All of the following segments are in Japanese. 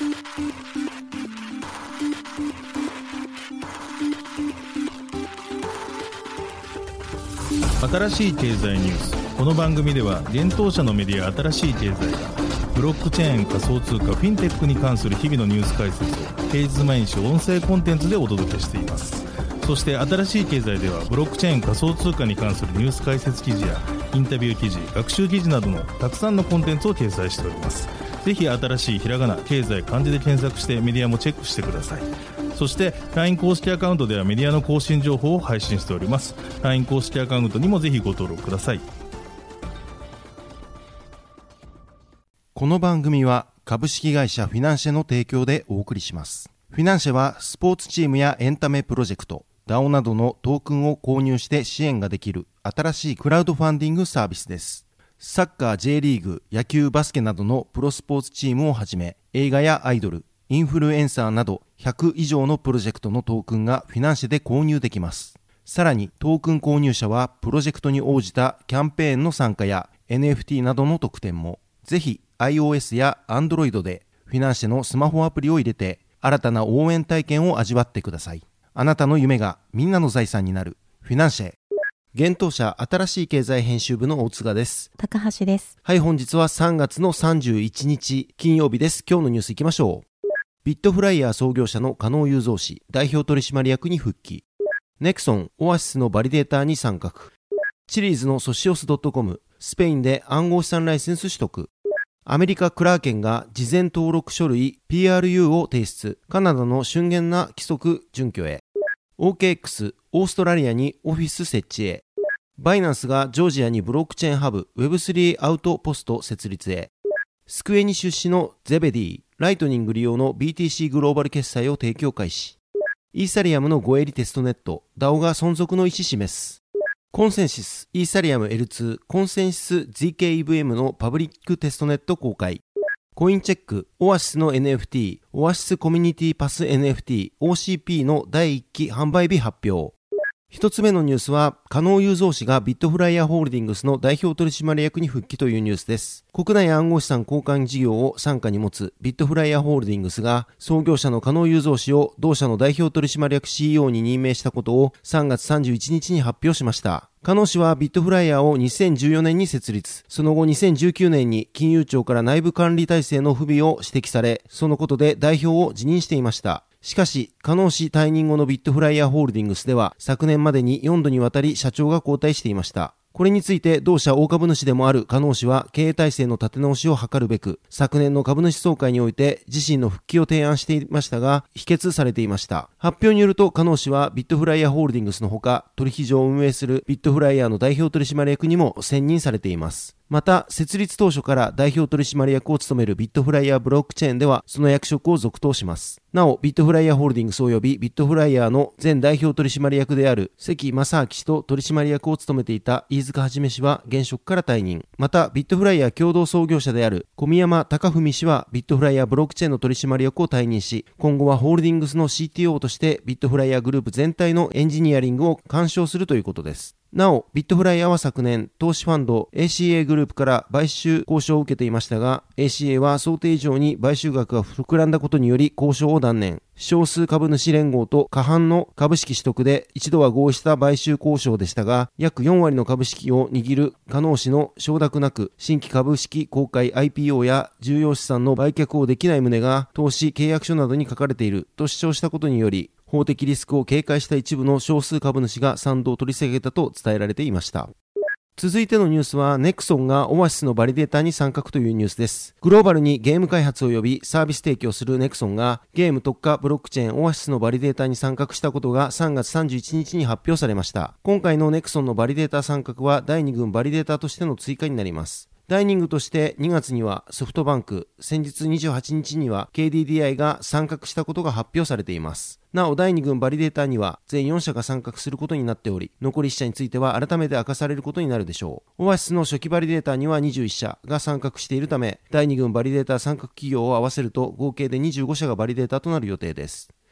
新しい経済ニュース。この番組では現当社のメディア新しい経済がブロックチェーン、仮想通貨、フィンテックに関する日々のニュース解説を平日毎日音声コンテンツでお届けしています。そして新しい経済ではブロックチェーン、仮想通貨に関するニュース解説記事やインタビュー記事、学習記事などのたくさんのコンテンツを掲載しております。ぜひ新しいひらがな、経済、漢字で検索してメディアもチェックしてください。そして LINE 公式アカウントではメディアの更新情報を配信しております。 LINE 公式アカウントにもぜひご登録ください。 この番組は株式会社フィナンシェの提供でお送りします。フィナンシェはスポーツチームやエンタメプロジェクト、DAO などのトークンを購入して支援ができる新しいクラウドファンディングサービスです。サッカー、J リーグ、野球、バスケなどのプロスポーツチームをはじめ、映画やアイドル、インフルエンサーなど100以上のプロジェクトのトークンがフィナンシェで購入できます。さらにトークン購入者はプロジェクトに応じたキャンペーンの参加や NFT などの特典も。ぜひ iOS や Android でフィナンシェのスマホアプリを入れて新たな応援体験を味わってください。あなたの夢がみんなの財産になるフィナンシェ。現当社新しい経済編集部の大塚です。 高橋です。 はい、本日は3月の31日金曜日です。今日のニュースいきましょう。ビットフライヤー創業者の加納雄三氏、代表取締役に復帰。ネクソン、オアシスのバリデーターに参画。チリーズのソシオス .com、スペインで暗号資産ライセンス取得。アメリカクラーケンが事前登録書類 PRU を提出。カナダの峻厳な規則準拠へ。OKX、オーストラリアにオフィス設置へ。バイナンスがジョージアにブロックチェーンハブ Web3 アウトポスト設立へ。スクエニ出資のゼベディ、ライトニング利用の BTC グローバル決済を提供開始。イーサリアムの5エリテストネット、DAO が存続の意思示す。コンセンシス、イーサリアム L2、コンセンシス ZKEVM のパブリックテストネット公開。コインチェック、オアシスの NFT、オアシスコミュニティパス NFT、OCP の第1期販売日発表。一つ目のニュースは、加納雄三氏がビットフライヤーホールディングスの代表取締役に復帰というニュースです。国内暗号資産交換事業を傘下に持つビットフライヤーホールディングスが、創業者の加納雄三氏を同社の代表取締役 CEO に任命したことを3月31日に発表しました。加納氏はビットフライヤーを2014年に設立。その後2019年に金融庁から内部管理体制の不備を指摘され、そのことで代表を辞任していました。しかし、加納氏退任後のビットフライヤーホールディングスでは、昨年までに4度にわたり社長が交代していました。これについて同社大株主でもある加納氏は経営体制の立て直しを図るべく、昨年の株主総会において自身の復帰を提案していましたが、否決されていました。発表によると加納氏はビットフライヤーホールディングスのほか、取引所を運営するビットフライヤーの代表取締役にも選任されています。また、設立当初から代表取締役を務めるビットフライヤーブロックチェーンでは、その役職を続投します。なお、ビットフライヤーホールディングス及びビットフライヤーの前代表取締役である関正明氏と取締役を務めていた飯塚一氏は現職から退任。また、ビットフライヤー共同創業者である小宮山貴文氏はビットフライヤーブロックチェーンの取締役を退任し、今後はホールディングスの CTO としてビットフライヤーグループ全体のエンジニアリングを監証するということです。なお、ビットフライヤーは昨年、投資ファンド ACA グループから買収交渉を受けていましたが、ACA は想定以上に買収額が膨らんだことにより交渉を断念。少数株主連合と過半の株式取得で一度は合意した買収交渉でしたが、約4割の株式を握る加納氏の承諾なく、新規株式公開 IPO や重要資産の売却をできない旨が投資契約書などに書かれていると主張したことにより、法的リスクを警戒した一部の少数株主が賛同を取り下げたと伝えられていました。続いてのニュースは、ネクソンがオアシスのバリデーターに参画というニュースです。グローバルにゲーム開発及びサービス提供するネクソンが、ゲーム特化ブロックチェーンオアシスのバリデーターに参画したことが3月31日に発表されました。今回のネクソンのバリデーター参画は第2軍バリデーターとしての追加になります。ダイニングとして2月にはソフトバンク、先日28日には KDDI が参画したことが発表されています。なお第2軍バリデーターには全4社が参画することになっており、残り1社については改めて明かされることになるでしょう。オアシスの初期バリデーターには21社が参画しているため、第2軍バリデーター参画企業を合わせると合計で25社がバリデーターとなる予定です。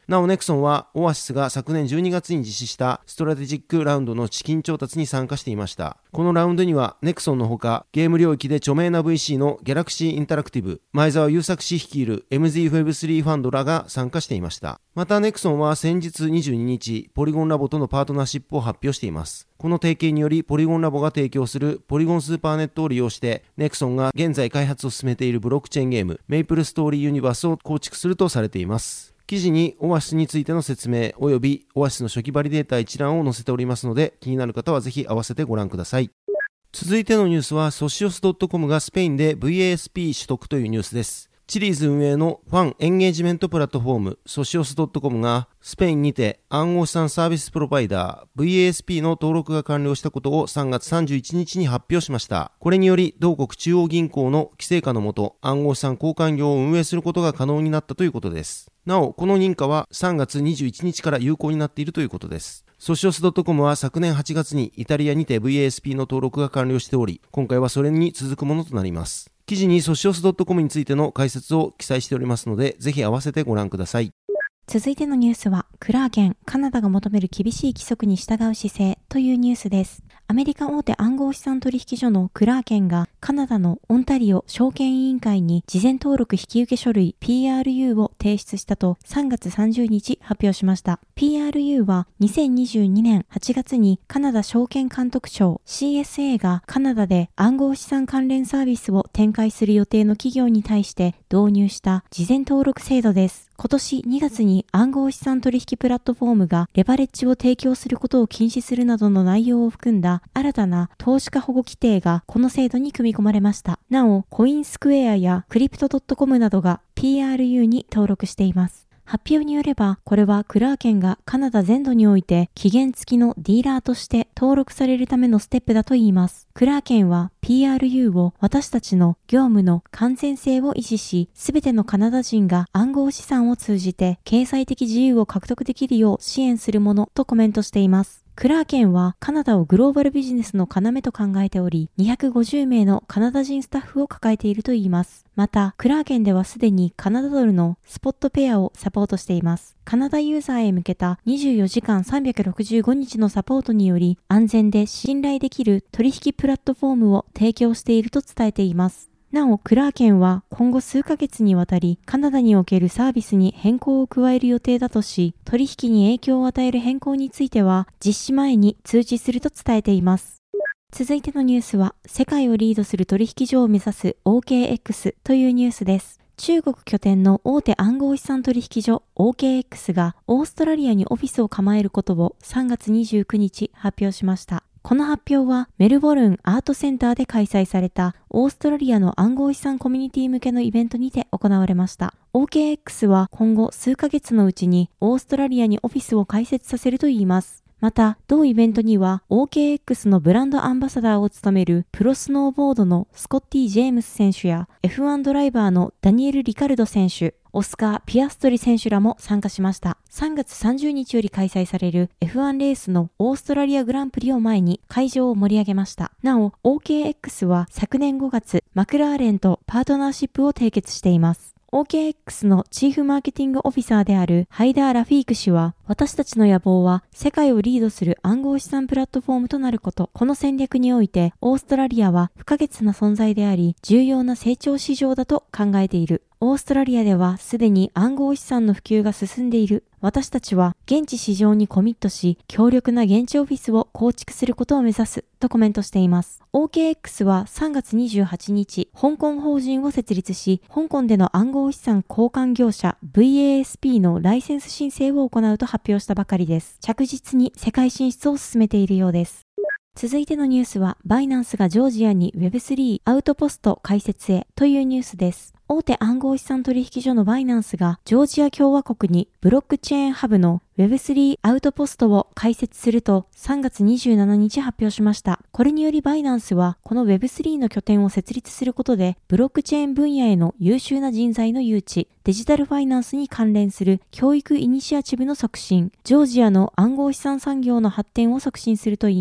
なおネクソンはオアシスが昨年12月に実施したストラテジックラウンドの資金調達に参加していました。このラウンドにはネクソンのほかゲーム領域で著名な VC のギャラクシーインタラクティブ、前澤友作氏率いる MZWeb3 ファンドらが参加していました。またネクソンは先日22日ポリゴンラボとのパートナーシップを発表しています。この提携によりポリゴンラボが提供するポリゴンスーパーネットを利用してネクソンが現在開発を進めているブロックチェーンゲームメイプルストーリーユニバースを構築するとされています。記事にオアシスについての説明及びオアシスの初期バリデータ一覧を載せておりますので、気になる方はぜひ合わせてご覧ください。続いてのニュースはソシオス .com がスペインで VASP 取得というニュースです。チリーズ運営のファンエンゲージメントプラットフォームソシオス .com がスペインにて暗号資産サービスプロバイダー VASP の登録が完了したことを3月31日に発表しました。これにより同国中央銀行の規制下のもと暗号資産交換業を運営することが可能になったということです。なおこの認可は3月21日から有効になっているということです。ソシオス .com は昨年8月にイタリアにて VASP の登録が完了しており、今回はそれに続くものとなります。記事にソシオス .com についての解説を記載しておりますので、ぜひ合わせてご覧ください。 続いてのニュースは、クラーケン、カナダが求める厳しい規則に従う姿勢というニュースです。アメリカ大手暗号資産取引所のクラーケンがカナダのオンタリオ証券委員会に事前登録引受書類 PRU を提出したと3月30日発表しました。PRU は2022年8月にカナダ証券監督庁 CSA がカナダで暗号資産関連サービスを展開する予定の企業に対して導入した事前登録制度です。今年2月に暗号資産取引プラットフォームがレバレッジを提供することを禁止するなどの内容を含んだ新たな投資家保護規定がこの制度に組み込まれました。なお、コインスクエアやクリプト .com などが PRU に登録しています。発表によれば、これはクラーケンがカナダ全土において期限付きのディーラーとして登録されるためのステップだといいます。クラーケンは PRU を私たちの業務の完全性を維持し、すべてのカナダ人が暗号資産を通じて経済的自由を獲得できるよう支援するものとコメントしています。クラーケンはカナダをグローバルビジネスの要と考えており、250名のカナダ人スタッフを抱えているといいます。また、クラーケンではすでにカナダドルのスポットペアをサポートしています。カナダユーザーへ向けた24時間365日のサポートにより、安全で信頼できる取引プラットフォームを提供していると伝えています。なお、クラーケンは今後数ヶ月にわたりカナダにおけるサービスに変更を加える予定だとし、取引に影響を与える変更については実施前に通知すると伝えています。続いてのニュースは、世界をリードする取引所を目指す OKX というニュースです。中国拠点の大手暗号資産取引所 OKX がオーストラリアにオフィスを構えることを3月29日発表しました。この発表はメルボルンアートセンターで開催されたオーストラリアの暗号資産コミュニティ向けのイベントにて行われました。OKX は今後数ヶ月のうちにオーストラリアにオフィスを開設させるといいます。また、同イベントには OKX のブランドアンバサダーを務めるプロスノーボードのスコッティ・ジェームス選手や F1 ドライバーのダニエル・リカルド選手、オスカー・ピアストリ選手らも参加しました。3月30日より開催される F1 レースのオーストラリアグランプリを前に会場を盛り上げました。なお、OKX は昨年5月、マクラーレンとパートナーシップを締結しています。OKX のチーフマーケティングオフィサーであるハイダー・ラフィーク氏は、私たちの野望は世界をリードする暗号資産プラットフォームとなること。この戦略において、オーストラリアは不可欠な存在であり、重要な成長市場だと考えている。オーストラリアではすでに暗号資産の普及が進んでいる。私たちは現地市場にコミットし、強力な現地オフィスを構築することを目指すとコメントしています。OKX は3月28日、香港法人を設立し、香港での暗号資産交換業者 VASP のライセンス申請を行うと発表したばかりです。着実に世界進出を進めているようです。続いてのニュースは、バイナンスがジョージアに Web3 アウトポスト開設へというニュースです。大手暗号資産取引所のバイナンスがジョージア共和国にブロックチェーンハブの Web3 アウトポストを開設すると3月27日発表しました。これによりバイナンスはこの Web3 の拠点を設立することでブロックチェーン分野への優秀な人材の誘致、デジタルファイナンスに関連する教育イニシアチブの促進、ジョージアの暗号資産産業の発展を促進するといいます。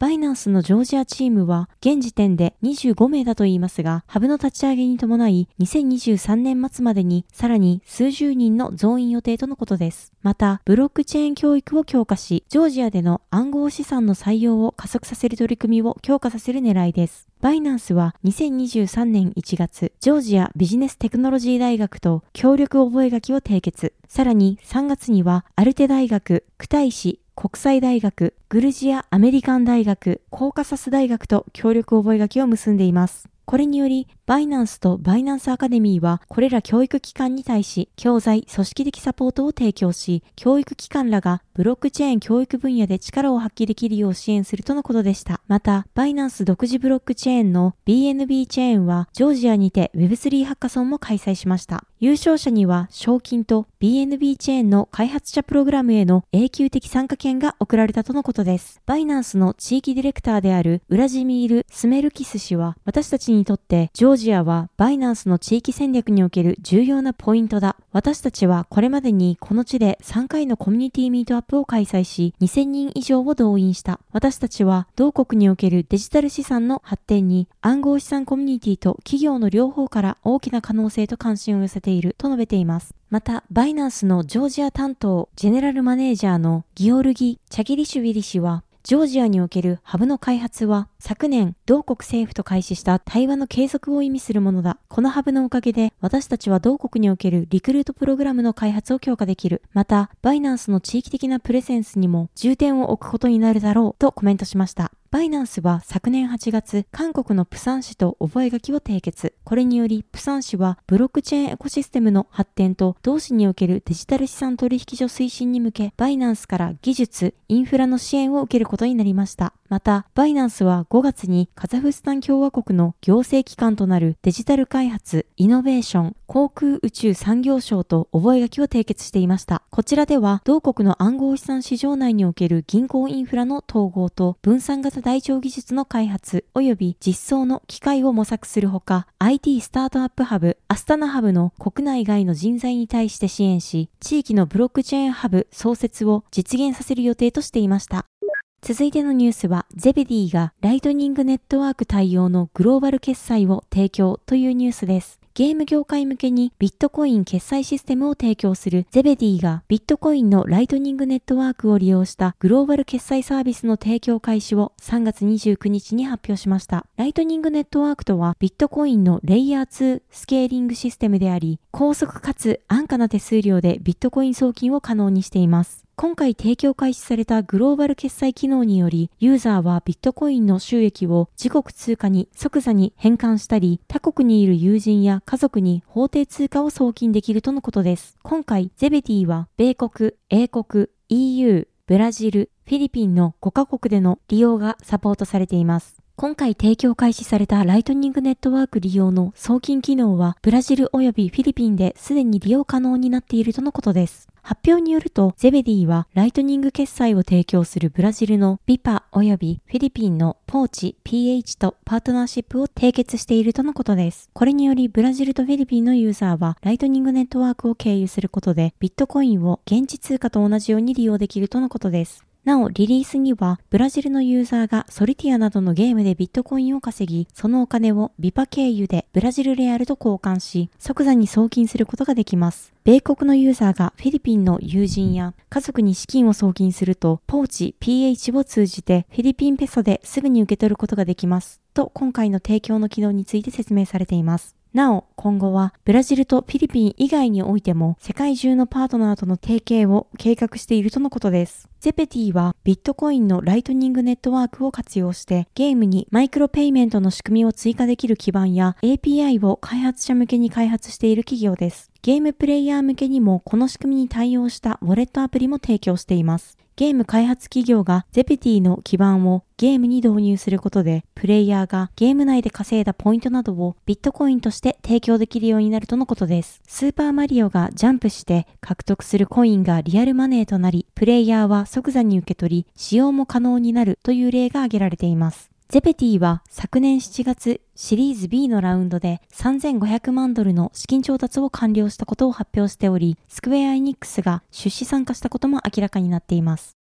バイナンスのジョージアチームは現時点で25名だといいますが、ハブの立ち上げに伴い2023年末までにさらに数十人の増員予定とのことです。また、ブロックチェーン教育を強化し、ジョージアでの暗号資産の採用を加速させる取り組みを強化させる狙いです。バイナンスは2023年1月、ジョージアビジネステクノロジー大学と協力覚書を締結。さらに3月にはアルテ大学、クタイ市国際大学、グルジアアメリカン大学、コーカサス大学と協力覚書を結んでいます。これにより、バイナンスとバイナンスアカデミーは、これら教育機関に対し、教材、組織的サポートを提供し、教育機関らがブロックチェーン教育分野で力を発揮できるよう支援するとのことでした。また、バイナンス独自ブロックチェーンの BNB チェーンは、ジョージアにて Web3 ハッカソンも開催しました。優勝者には、賞金と BNB チェーンの開発者プログラムへの永久的参加権が贈られたとのことです。バイナンスの地域ディレクターであるウラジミール・スメルキス氏は、私たちにとってジョージアはバイナンスの地域戦略における重要なポイントだ。私たちはこれまでにこの地で3回のコミュニティミートアップを開催し、2000人以上を動員した。私たちは同国におけるデジタル資産の発展に暗号資産コミュニティと企業の両方から大きな可能性と関心を寄せていると述べています。また、バイナンスのジョージア担当ジェネラルマネージャーのギオルギ・チャギリシュビリ氏は、ジョージアにおけるハブの開発は昨年同国政府と開始した対話の継続を意味するものだ。このハブのおかげで私たちは同国におけるリクルートプログラムの開発を強化できる。また、バイナンスの地域的なプレゼンスにも重点を置くことになるだろうとコメントしました。バイナンスは昨年8月、韓国のプサン市と覚書を締結。これにより、プサン市はブロックチェーンエコシステムの発展と同市におけるデジタル資産取引所推進に向け、バイナンスから技術、インフラの支援を受けることになりました。また、バイナンスは5月にカザフスタン共和国の行政機関となるデジタル開発、イノベーション、航空宇宙産業省と覚書を締結していました。こちらでは、同国の暗号資産市場内における銀行インフラの統合と分散型台帳技術の開発及び実装の機会を模索するほか、IT スタートアップハブ、アスタナハブの国内外の人材に対して支援し、地域のブロックチェーンハブ創設を実現させる予定としていました。続いてのニュースは、ゼベディがライトニングネットワーク対応のグローバル決済を提供というニュースです。ゲーム業界向けにビットコイン決済システムを提供するゼベディがビットコインのライトニングネットワークを利用したグローバル決済サービスの提供開始を3月29日に発表しました。ライトニングネットワークとはビットコインのレイヤー2スケーリングシステムであり、高速かつ安価な手数料でビットコイン送金を可能にしています。今回提供開始されたグローバル決済機能により、ユーザーはビットコインの収益を自国通貨に即座に変換したり、他国にいる友人や家族に法定通貨を送金できるとのことです。今回、ゼベディは米国、英国、EU、ブラジル、フィリピンの5カ国での利用がサポートされています。今回提供開始されたライトニングネットワーク利用の送金機能はブラジル及びフィリピンですでに利用可能になっているとのことです。発表によると、ゼベディはライトニング決済を提供するブラジルのビパ及びフィリピンのポーチ PH とパートナーシップを締結しているとのことです。これによりブラジルとフィリピンのユーザーはライトニングネットワークを経由することでビットコインを現地通貨と同じように利用できるとのことです。なお、リリースには、ブラジルのユーザーがソリティアなどのゲームでビットコインを稼ぎ、そのお金をビパ経由でブラジルレアルと交換し、即座に送金することができます。米国のユーザーがフィリピンの友人や家族に資金を送金すると、ポーチ PH を通じてフィリピンペソですぐに受け取ることができます。と、今回の提供の機能について説明されています。なお、今後はブラジルとフィリピン以外においても世界中のパートナーとの提携を計画しているとのことです。ゼペティはビットコインのライトニングネットワークを活用してゲームにマイクロペイメントの仕組みを追加できる基盤や API を開発者向けに開発している企業です。ゲームプレイヤー向けにもこの仕組みに対応したウォレットアプリも提供しています。ゲーム開発企業がゼペティの基盤をゲームに導入することで、プレイヤーがゲーム内で稼いだポイントなどをビットコインとして提供できるようになるとのことです。スーパーマリオがジャンプして獲得するコインがリアルマネーとなり、プレイヤーは即座に受け取り、使用も可能になるという例が挙げられています。ゼペティは昨年7月シリーズ B のラウンドで$3500万の資金調達を完了したことを発表しており、スクウェア・エニックスが出資参加したことも明らかになっています。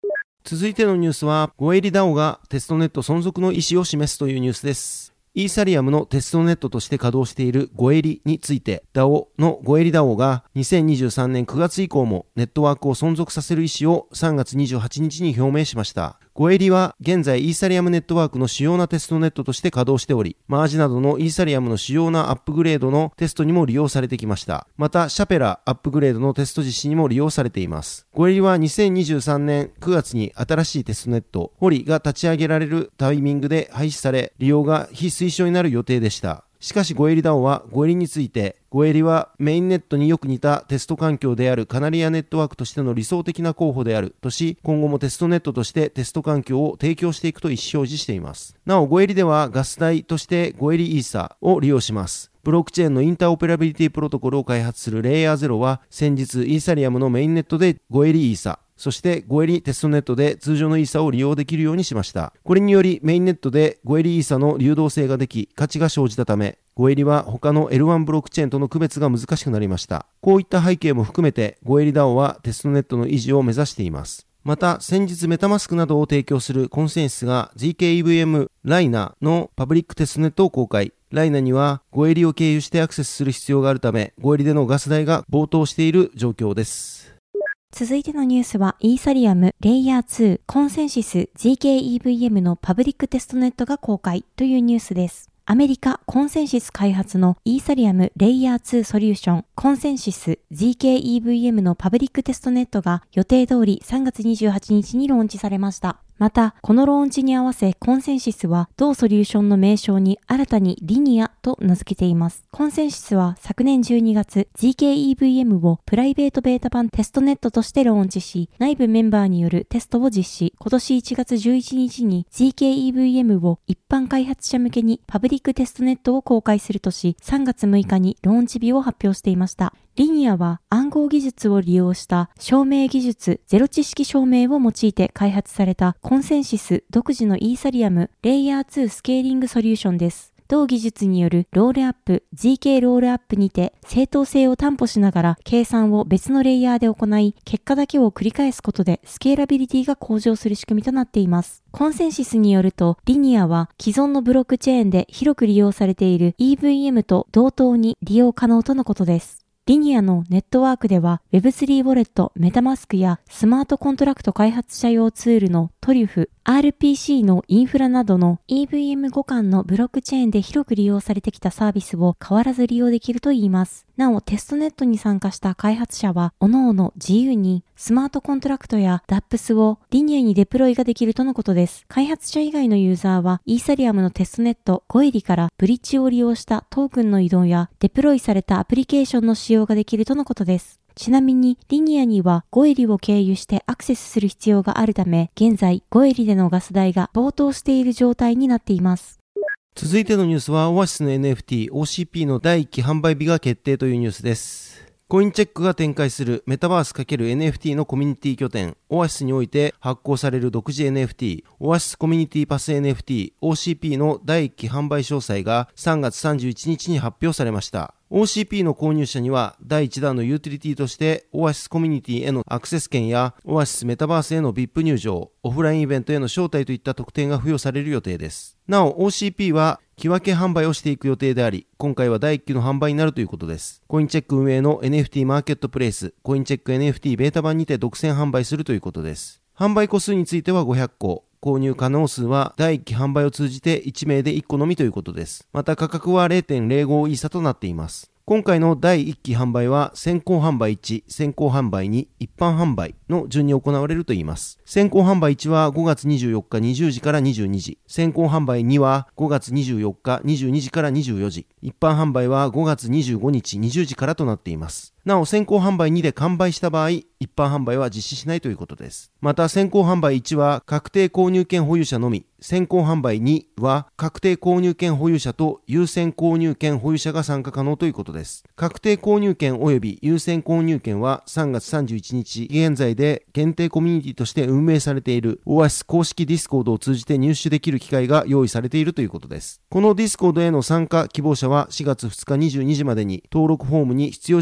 続いてのニュースは、ゴエリ DAO がテストネット存続の意思を示すというニュースです。イーサリアムのテストネットとして稼働しているゴエリについて DAO のゴエリ DAO が2023年9月以降もネットワークを存続させる意思を3月28日に表明しました。ゴエリは現在イーサリアムネットワークの主要なテストネットとして稼働しており、マージなどのイーサリアムの主要なアップグレードのテストにも利用されてきました。またシャペラアップグレードのテスト実施にも利用されています。ゴエリは2023年9月に新しいテストネットホリが立ち上げられるタイミングで廃止され、利用が非推奨になる予定でした。しかしゴエリ DAO はゴエリについて、ゴエリはメインネットによく似たテスト環境であるカナリアネットワークとしての理想的な候補であるとし、今後もテストネットとしてテスト環境を提供していくと意思表示しています。なおゴエリではガス代としてゴエリイーサを利用します。ブロックチェーンのインターオペラビリティプロトコルを開発するレイヤー0は先日イーサリアムのメインネットでゴエリイーサ、そしてゴエリテストネットで通常のイーサを利用できるようにしました。これによりメインネットでゴエリイーサの流動性ができ価値が生じたため、ゴエリは他の L1 ブロックチェーンとの区別が難しくなりました。こういった背景も含めてゴエリ DAO はテストネットの維持を目指しています。また先日メタマスクなどを提供するコンセンシスが ZK-EVM ライナのパブリックテストネットを公開。ライナにはゴエリを経由してアクセスする必要があるため、ゴエリでのガス代が暴騰している状況です。 続いてのニュースは、イーサリアムレイヤー2コンセンシス ZK-EVM のパブリックテストネットが公開というニュースです。アメリカコンセンシス開発のイーサリアムレイヤー2ソリューションコンセンシス ZK-EVM のパブリックテストネットが予定通り3月28日にローンチされました。また、このローンチに合わせコンセンシスは同ソリューションの名称に新たにリニアと名付けています。コンセンシスは昨年12月 ZK-EVM をプライベートベータ版テストネットとしてローンチし、内部メンバーによるテストを実施。今年1月11日に ZK-EVM を一般開発者向けにパブリックテストネットを公開するとし、3月6日にローンチ日を発表していました。リニアは暗号技術を利用した証明技術ゼロ知識証明を用いて開発されたコンセンシス独自のイーサリアムレイヤー2スケーリングソリューションです。同技術によるロールアップ ZK ロールアップにて正当性を担保しながら計算を別のレイヤーで行い、結果だけを繰り返すことでスケーラビリティが向上する仕組みとなっています。コンセンシスによると、リニアは既存のブロックチェーンで広く利用されている EVM と同等に利用可能とのことです。リニアのネットワークでは Web3 ウォレット、メタマスクやスマートコントラクト開発者用ツールのトリュフ、RPC のインフラなどの EVM 互換のブロックチェーンで広く利用されてきたサービスを変わらず利用できるといいます。なお、テストネットに参加した開発者は、各々自由にスマートコントラクトや DApps をリニアにデプロイができるとのことです。開発者以外のユーザーは、イーサリアムのテストネットゴエリからブリッジを利用したトークンの移動やデプロイされたアプリケーションの使用ができるとのことです。ちなみに、リニアにはゴエリを経由してアクセスする必要があるため、現在ゴエリでのガス代が暴騰している状態になっています。 続いてのニュースは、オアシスの NFT OCP の第1期販売日が決定というニュースです。コインチェックが展開するメタバース ×NFT のコミュニティ拠点オアシスにおいて発行される独自 NFT オアシスコミュニティパス NFT OCP の第1期販売詳細が3月31日に発表されました。OCP の購入者には第1弾のユーティリティとしてオアシスコミュニティへのアクセス権やオアシスメタバースへの VIP 入場、オフラインイベントへの招待といった特典が付与される予定です。なお OCP は木分け販売をしていく予定であり、今回は第1期の販売になるということです。コインチェック運営の NFT マーケットプレイス、コインチェック NFT ベータ版にて独占販売するということです。販売個数については500個。購入可能数は第1期販売を通じて1名で1個のみということです。また価格は 0.05 イーサとなっています。今回の第1期販売は先行販売1、先行販売2、一般販売の順に行われるといいます。先行販売1は5月24日20時から22時、先行販売2は5月24日22時から24時、一般販売は5月25日20時からとなっています。なお先行販売2で完売した場合、一般販売は実施しないということです。また先行販売1は確定購入権保有者のみ、先行販売2は確定購入権保有者と優先購入権保有者が参加可能ということです。確定購入権及び優先購入権は3月31日現在で限定コミュニティとして運営されているオアシス公式ディスコードを通じて入手できる機会が用意されているということです。このディスコードへの参加希望者は4月2日22時までに登録フォームに必要事項を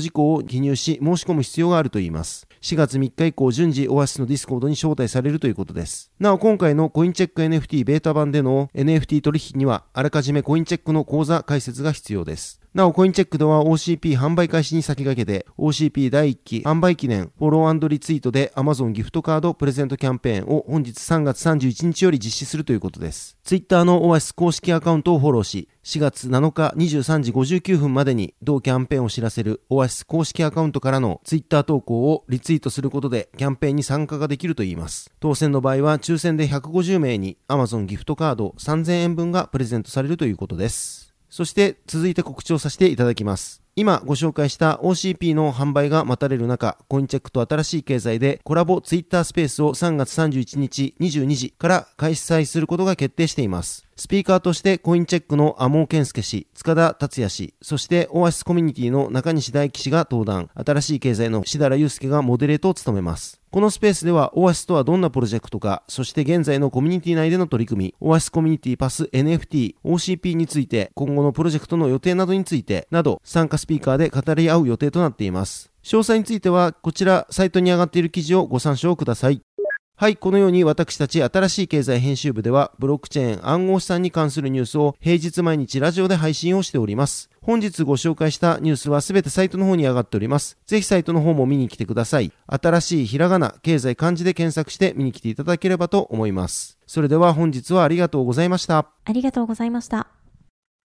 記入し申し込む必要があるといいます。4月3日以降順次オアシスのディスコードに招待されるということです。なお今回のコインチェック NFT ベータ版での NFT 取引にはあらかじめコインチェックの口座開設が必要です。なおコインチェックでは OCP 販売開始に先駆けて OCP 第1期販売記念フォロー&リツイートで Amazon ギフトカードプレゼントキャンペーンを本日3月31日より実施するということです。Twitter の OASIS 公式アカウントをフォローし、4月7日23時59分までに同キャンペーンを知らせる OASIS 公式アカウントからの Twitter 投稿をリツイートすることでキャンペーンに参加ができるといいます。当選の場合は抽選で150名に Amazon ギフトカード3000円分がプレゼントされるということです。そして続いて告知をさせていただきます。今ご紹介した OCP の販売が待たれる中、コインチェックと新しい経済でコラボツイッタースペースを3月31日22時から開催することが決定しています。スピーカーとしてコインチェックの天尾健介氏、塚田達也氏、そしてオアシスコミュニティの中西大輝氏が登壇、新しい経済の志田祐介がモデレートを務めます。このスペースではオアシスとはどんなプロジェクトか、そして現在のコミュニティ内での取り組み、オアシスコミュニティパス NFT、OCP について、今後のプロジェクトの予定などについて、など参加スピーカーで語り合う予定となっています。詳細についてはこちらサイトに上がっている記事をご参照ください。はい、このように私たち新しい経済編集部ではブロックチェーン暗号資産に関するニュースを平日毎日ラジオで配信をしております。本日ご紹介したニュースはすべてサイトの方に上がっております。ぜひサイトの方も見に来てください。新しいひらがな、経済漢字で検索して見に来ていただければと思います。それでは本日はありがとうございました。 ありがとうございました。